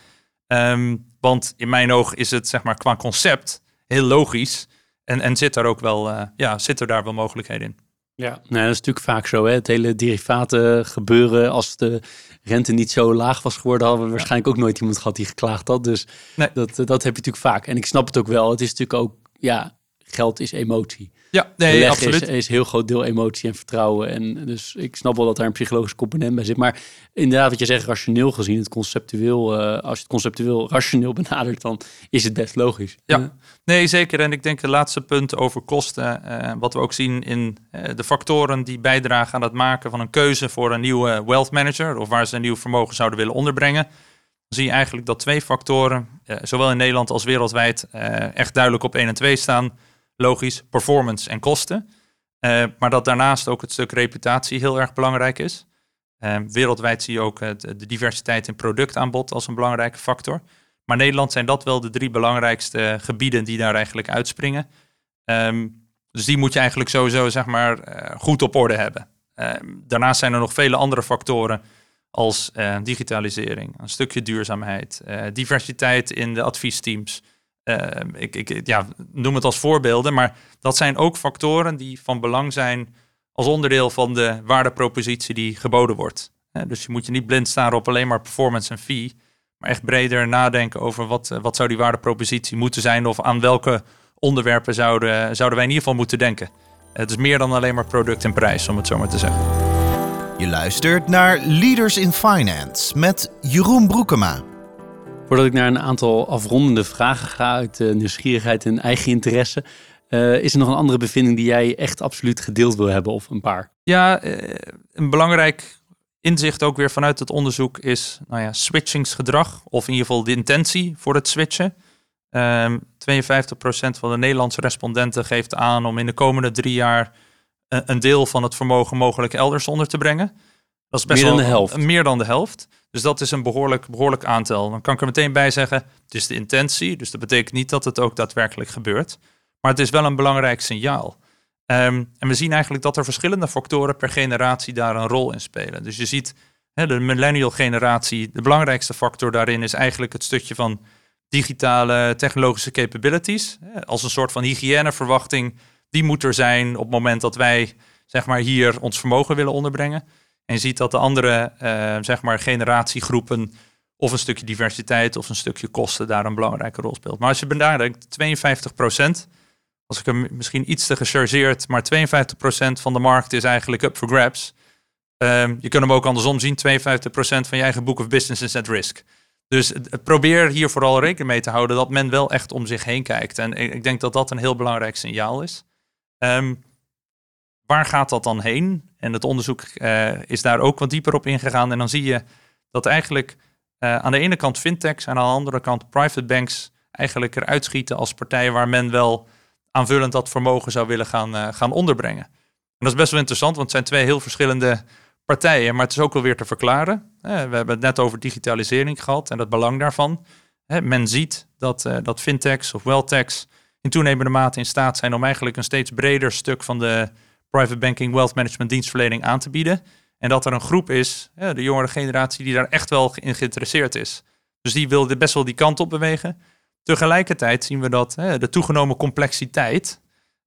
Um, want in mijn oog is het, zeg maar, qua concept heel logisch en, en zit, daar ook wel, uh, ja, zit er daar wel mogelijkheden in. Ja, nou, dat is natuurlijk vaak zo. Hè? Het hele derivaten gebeuren, als de rente niet zo laag was geworden, hadden we waarschijnlijk ook nooit iemand gehad die geklaagd had. Dus nee. dat, dat heb je natuurlijk vaak. En ik snap het ook wel. Het is natuurlijk ook, ja, geld is emotie. Ja, nee, absoluut. Is, is een heel groot deel emotie en vertrouwen. En dus ik snap wel dat daar een psychologisch component bij zit. Maar inderdaad, wat je zegt, rationeel gezien, het conceptueel, uh, als je het conceptueel rationeel benadert, dan is het best logisch. Ja, uh. nee, zeker. En ik denk het laatste punt over kosten, uh, wat we ook zien in uh, de factoren die bijdragen aan het maken van een keuze voor een nieuwe wealth manager, of waar ze een nieuw vermogen zouden willen onderbrengen, dan zie je eigenlijk dat twee factoren, uh, zowel in Nederland als wereldwijd, uh, echt duidelijk op één en twee staan. Logisch, performance en kosten. Uh, maar dat daarnaast ook het stuk reputatie heel erg belangrijk is. Uh, wereldwijd zie je ook het, de diversiteit in productaanbod als een belangrijke factor. Maar in Nederland zijn dat wel de drie belangrijkste gebieden die daar eigenlijk uitspringen. Um, dus die moet je eigenlijk sowieso, zeg maar, uh, goed op orde hebben. Uh, daarnaast zijn er nog vele andere factoren als uh, digitalisering, een stukje duurzaamheid, uh, diversiteit in de adviesteams. Uh, ik, ik ja, noem het als voorbeelden, maar dat zijn ook factoren die van belang zijn als onderdeel van de waardepropositie die geboden wordt. Dus je moet je niet blind staren op alleen maar performance en fee, maar echt breder nadenken over wat, wat zou die waardepropositie moeten zijn of aan welke onderwerpen zouden, zouden wij in ieder geval moeten denken. Het is meer dan alleen maar product en prijs, om het zo maar te zeggen. Je luistert naar Leaders in Finance met Jeroen Broekema. Voordat ik naar een aantal afrondende vragen ga uit uh, nieuwsgierigheid en eigen interesse, uh, is er nog een andere bevinding die jij echt absoluut gedeeld wil hebben of een paar? Ja, uh, een belangrijk inzicht ook weer vanuit het onderzoek is nou ja, switchingsgedrag, of in ieder geval de intentie voor het switchen. Um, tweeënvijftig procent van de Nederlandse respondenten geeft aan om in de komende drie jaar uh, een deel van het vermogen mogelijk elders onder te brengen. Dat is best meer wel dan de helft. Meer dan de helft. Dus dat is een behoorlijk, behoorlijk aantal. Dan kan ik er meteen bij zeggen, het is de intentie. Dus dat betekent niet dat het ook daadwerkelijk gebeurt. Maar het is wel een belangrijk signaal. Um, en we zien eigenlijk dat er verschillende factoren per generatie daar een rol in spelen. Dus je ziet, hè, de millennial generatie, de belangrijkste factor daarin is eigenlijk het stukje van digitale technologische capabilities. Hè, als een soort van hygiëneverwachting, die moet er zijn op het moment dat wij zeg maar, hier ons vermogen willen onderbrengen. En je ziet dat de andere uh, zeg maar generatiegroepen of een stukje diversiteit of een stukje kosten daar een belangrijke rol speelt. Maar als je benadrukt, tweeënvijftig procent, als ik hem misschien iets te gechargeerd, maar tweeënvijftig procent van de markt is eigenlijk up for grabs. Um, je kunt hem ook andersom zien, tweeënvijftig procent van je eigen book of business is at risk. Dus probeer hier vooral rekening mee te houden dat men wel echt om zich heen kijkt. En ik denk dat dat een heel belangrijk signaal is. Um, waar gaat dat dan heen? En het onderzoek uh, is daar ook wat dieper op ingegaan. En dan zie je dat eigenlijk uh, aan de ene kant fintechs en aan de andere kant private banks eigenlijk eruit schieten als partijen waar men wel aanvullend dat vermogen zou willen gaan, uh, gaan onderbrengen. En dat is best wel interessant, want het zijn twee heel verschillende partijen, maar het is ook wel weer te verklaren. We hebben het net over digitalisering gehad en het belang daarvan. Men ziet dat, uh, dat fintechs of wealtechs in toenemende mate in staat zijn om eigenlijk een steeds breder stuk van de private banking, wealth management dienstverlening aan te bieden. En dat er een groep is, de jongere generatie, die daar echt wel in geïnteresseerd is. Dus die wil best wel die kant op bewegen. Tegelijkertijd zien we dat de toegenomen complexiteit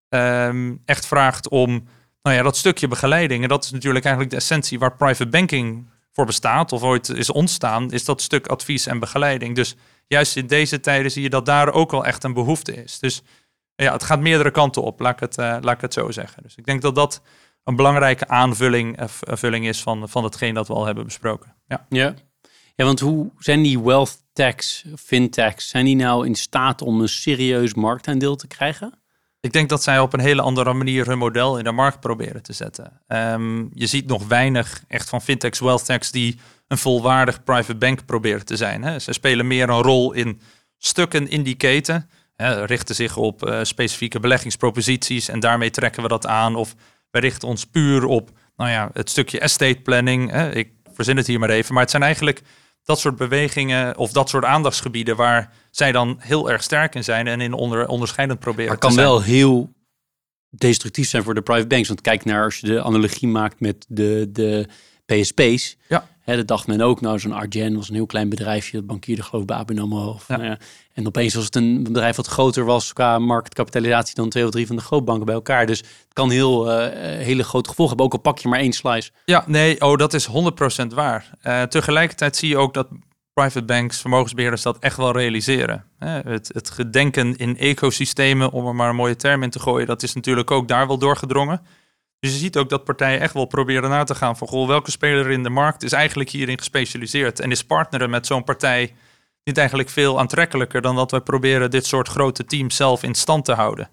um, echt vraagt om nou ja, dat stukje begeleiding. En dat is natuurlijk eigenlijk de essentie waar private banking voor bestaat of ooit is ontstaan, is dat stuk advies en begeleiding. Dus juist in deze tijden zie je dat daar ook wel echt een behoefte is. Dus ja, het gaat meerdere kanten op, laat ik het, uh, laat ik het zo zeggen. Dus ik denk dat dat een belangrijke aanvulling uh, vulling is van, van hetgeen dat we al hebben besproken. Ja. Ja. Ja, want hoe zijn die wealth techs, fintechs, zijn die nou in staat om een serieus marktaandeel te krijgen? Ik denk dat zij op een hele andere manier hun model in de markt proberen te zetten. Um, je ziet nog weinig echt van fintechs, wealth techs die een volwaardig private bank proberen te zijn. Hè. Ze spelen meer een rol in stukken in die keten, hè, richten zich op uh, specifieke beleggingsproposities en daarmee trekken we dat aan. Of we richten ons puur op nou ja, het stukje estate planning. Hè. Ik verzin het hier maar even, maar het zijn eigenlijk dat soort bewegingen of dat soort aandachtsgebieden waar zij dan heel erg sterk in zijn en in onder, onderscheidend proberen te zijn. Maar het kan wel heel destructief zijn voor de private banks. Want kijk naar als je de analogie maakt met de, de P S P's. Ja. Hè, dat dacht men ook. Nou, zo'n Argen was een heel klein bedrijfje. Dat bankierde geloof ik bij A B N AMRO. Of, ja. nou ja. En opeens was het een bedrijf wat groter was qua marktkapitalisatie dan twee of drie van de grootbanken bij elkaar. Dus het kan heel uh, hele grote gevolgen hebben. Ook al pak je maar één slice. Ja, nee, oh, dat is honderd procent waar. Uh, tegelijkertijd zie je ook dat private banks, vermogensbeheerders dat echt wel realiseren. Uh, het, het gedenken in ecosystemen, om er maar een mooie term in te gooien, dat is natuurlijk ook daar wel doorgedrongen. Dus je ziet ook dat partijen echt wel proberen na te gaan van goh, welke speler in de markt is eigenlijk hierin gespecialiseerd en is partneren met zo'n partij niet eigenlijk veel aantrekkelijker dan dat wij proberen dit soort grote teams zelf in stand te houden.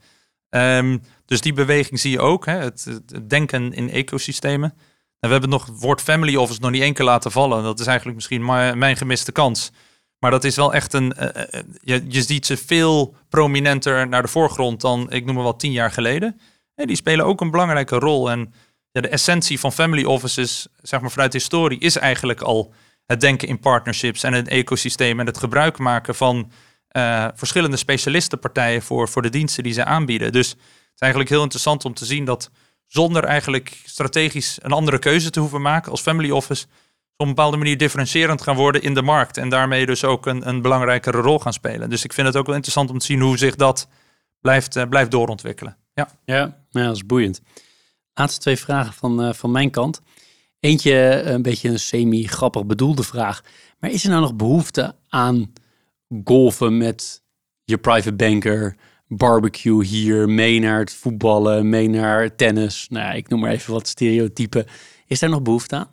Um, dus die beweging zie je ook, hè, het, het denken in ecosystemen. En we hebben nog het woord family office nog niet één keer laten vallen. Dat is eigenlijk misschien my, mijn gemiste kans. Maar dat is wel echt een... Uh, uh, je, je ziet ze veel prominenter naar de voorgrond dan, ik noem maar wat, tien jaar geleden. En die spelen ook een belangrijke rol. En ja, de essentie van family offices, zeg maar vanuit de historie, is eigenlijk al het denken in partnerships en het ecosysteem en het gebruik maken van uh, verschillende specialistenpartijen voor, voor de diensten die ze aanbieden. Dus het is eigenlijk heel interessant om te zien dat zonder eigenlijk strategisch een andere keuze te hoeven maken als family office, op een bepaalde manier differentiërend gaan worden in de markt en daarmee dus ook een, een belangrijkere rol gaan spelen. Dus ik vind het ook wel interessant om te zien hoe zich dat blijft, uh, blijft doorontwikkelen. Ja. Ja, ja, dat is boeiend. Laatste twee vragen van, uh, van mijn kant. Eentje, een beetje een semi-grappig bedoelde vraag. Maar is er nou nog behoefte aan golfen met je private banker, barbecue hier, mee naar het voetballen, mee naar tennis? Nou ja, ik noem maar even wat stereotypen. Is daar nog behoefte aan?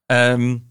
Um,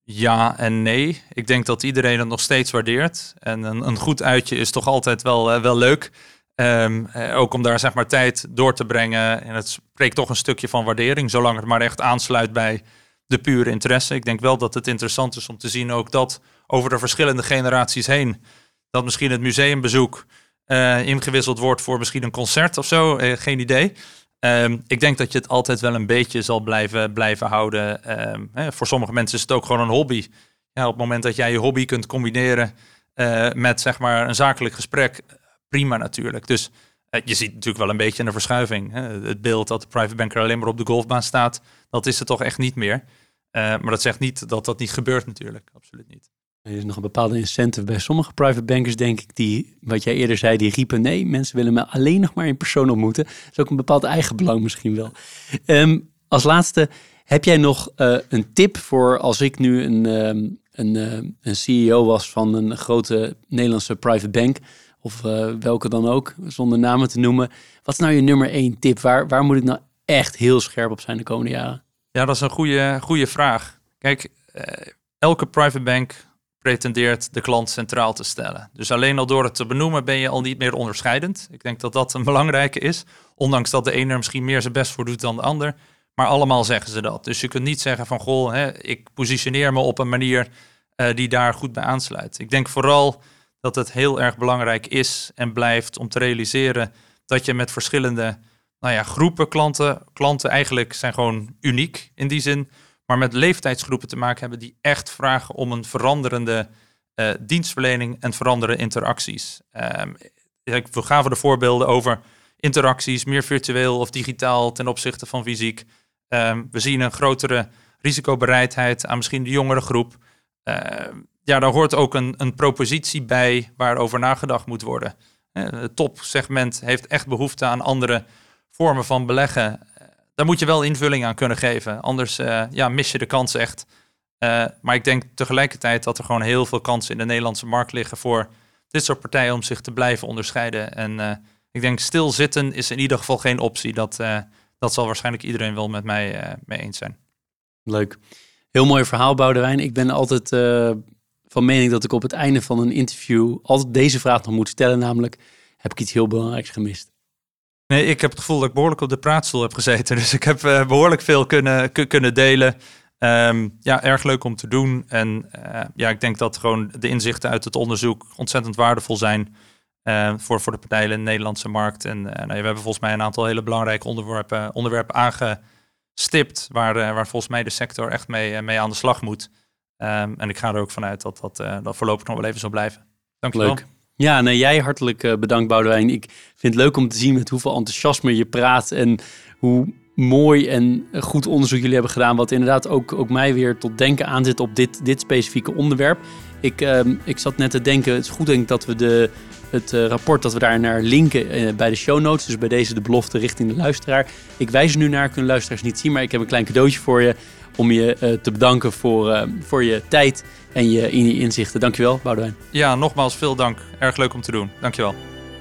ja en nee. Ik denk dat iedereen het nog steeds waardeert. En een, een goed uitje is toch altijd wel, uh, wel leuk. Um, uh, ook om daar zeg maar tijd door te brengen. En het spreekt toch een stukje van waardering, zolang het maar echt aansluit bij de pure interesse. Ik denk wel dat het interessant is om te zien ook dat over de verschillende generaties heen, dat misschien het museumbezoek uh, ingewisseld wordt voor misschien een concert of zo. Uh, geen idee. Um, ik denk dat je het altijd wel een beetje zal blijven, blijven houden. Um, hè, voor sommige mensen is het ook gewoon een hobby. Ja, op het moment dat jij je hobby kunt combineren uh, met zeg maar een zakelijk gesprek, prima natuurlijk. Dus uh, je ziet natuurlijk wel een beetje een verschuiving. Hè. Het beeld dat de private banker alleen maar op de golfbaan staat, dat is het toch echt niet meer. Uh, maar dat zegt niet dat dat niet gebeurt natuurlijk. Absoluut niet. Er is nog een bepaalde incentive bij sommige private bankers, denk ik, die, wat jij eerder zei, die riepen nee, mensen willen me alleen nog maar in persoon ontmoeten. Dat is ook een bepaald eigenbelang misschien wel. Um, als laatste, heb jij nog uh, een tip voor als ik nu een, um, een, uh, een C E O was van een grote Nederlandse private bank, of uh, welke dan ook, zonder namen te noemen. Wat is nou je nummer één tip? Waar, waar moet ik nou echt heel scherp op zijn de komende jaren? Ja, dat is een goede, goede vraag. Kijk, uh, elke private bank pretendeert de klant centraal te stellen. Dus alleen al door het te benoemen ben je al niet meer onderscheidend. Ik denk dat dat een belangrijke is. Ondanks dat de ene er misschien meer zijn best voor doet dan de ander. Maar allemaal zeggen ze dat. Dus je kunt niet zeggen van, goh, hè, ik positioneer me op een manier uh, die daar goed bij aansluit. Ik denk vooral dat het heel erg belangrijk is en blijft om te realiseren dat je met verschillende nou ja, groepen klanten, klanten eigenlijk zijn gewoon uniek in die zin, maar met leeftijdsgroepen te maken hebben die echt vragen om een veranderende uh, dienstverlening en veranderende interacties. Um, we gaven de voorbeelden over interacties, meer virtueel of digitaal ten opzichte van fysiek. Um, we zien een grotere risicobereidheid aan misschien de jongere groep. Uh, ja, daar hoort ook een, een propositie bij waarover nagedacht moet worden. Uh, het topsegment heeft echt behoefte aan andere vormen van beleggen. Daar moet je wel invulling aan kunnen geven. Anders uh, ja, mis je de kans echt. Uh, maar ik denk tegelijkertijd dat er gewoon heel veel kansen in de Nederlandse markt liggen voor dit soort partijen om zich te blijven onderscheiden. En uh, ik denk stilzitten is in ieder geval geen optie. Dat, uh, dat zal waarschijnlijk iedereen wel met mij uh, mee eens zijn. Leuk. Heel mooi verhaal, Boudewijn. Ik ben altijd uh, van mening dat ik op het einde van een interview altijd deze vraag nog moet stellen. Namelijk, heb ik iets heel belangrijks gemist? Nee, ik heb het gevoel dat ik behoorlijk op de praatstoel heb gezeten. Dus ik heb uh, behoorlijk veel kunnen, k- kunnen delen. Um, ja, erg leuk om te doen. En uh, ja, ik denk dat gewoon de inzichten uit het onderzoek ontzettend waardevol zijn uh, voor, voor de partijen in de Nederlandse markt. En uh, nou, we hebben volgens mij een aantal hele belangrijke onderwerpen, onderwerpen aangestipt waar, uh, waar volgens mij de sector echt mee, uh, mee aan de slag moet. Um, en ik ga er ook vanuit dat dat, uh, dat voorlopig nog wel even zal blijven. Dank je wel. Leuk. Ja, nee, jij hartelijk uh, bedankt, Boudewijn. Ik vind het leuk om te zien met hoeveel enthousiasme je praat en hoe mooi en goed onderzoek jullie hebben gedaan, wat inderdaad ook, ook mij weer tot denken aanzet op dit, dit specifieke onderwerp. Ik, uh, ik zat net te denken, het is goed denk ik dat we de, het uh, rapport, dat we daar naar linken uh, bij de show notes. Dus bij deze de belofte richting de luisteraar. Ik wijs er nu naar, kunnen luisteraars niet zien, maar ik heb een klein cadeautje voor je om je uh, te bedanken voor, uh, voor je tijd en je, in je inzichten. Dankjewel, Boudewijn. Ja, nogmaals veel dank. Erg leuk om te doen. Dankjewel.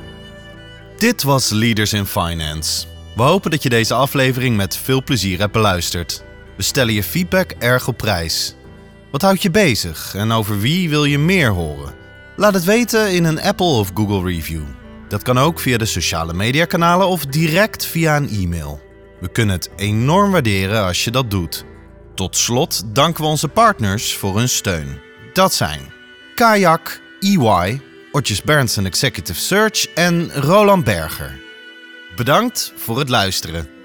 Dit was Leaders in Finance. We hopen dat je deze aflevering met veel plezier hebt beluisterd. We stellen je feedback erg op prijs. Wat houdt je bezig en over wie wil je meer horen? Laat het weten in een Apple of Google review. Dat kan ook via de sociale mediakanalen of direct via een e-mail. We kunnen het enorm waarderen als je dat doet. Tot slot danken we onze partners voor hun steun. Dat zijn Kayak, E Y, Otjes Berndsen Executive Search en Roland Berger. Bedankt voor het luisteren.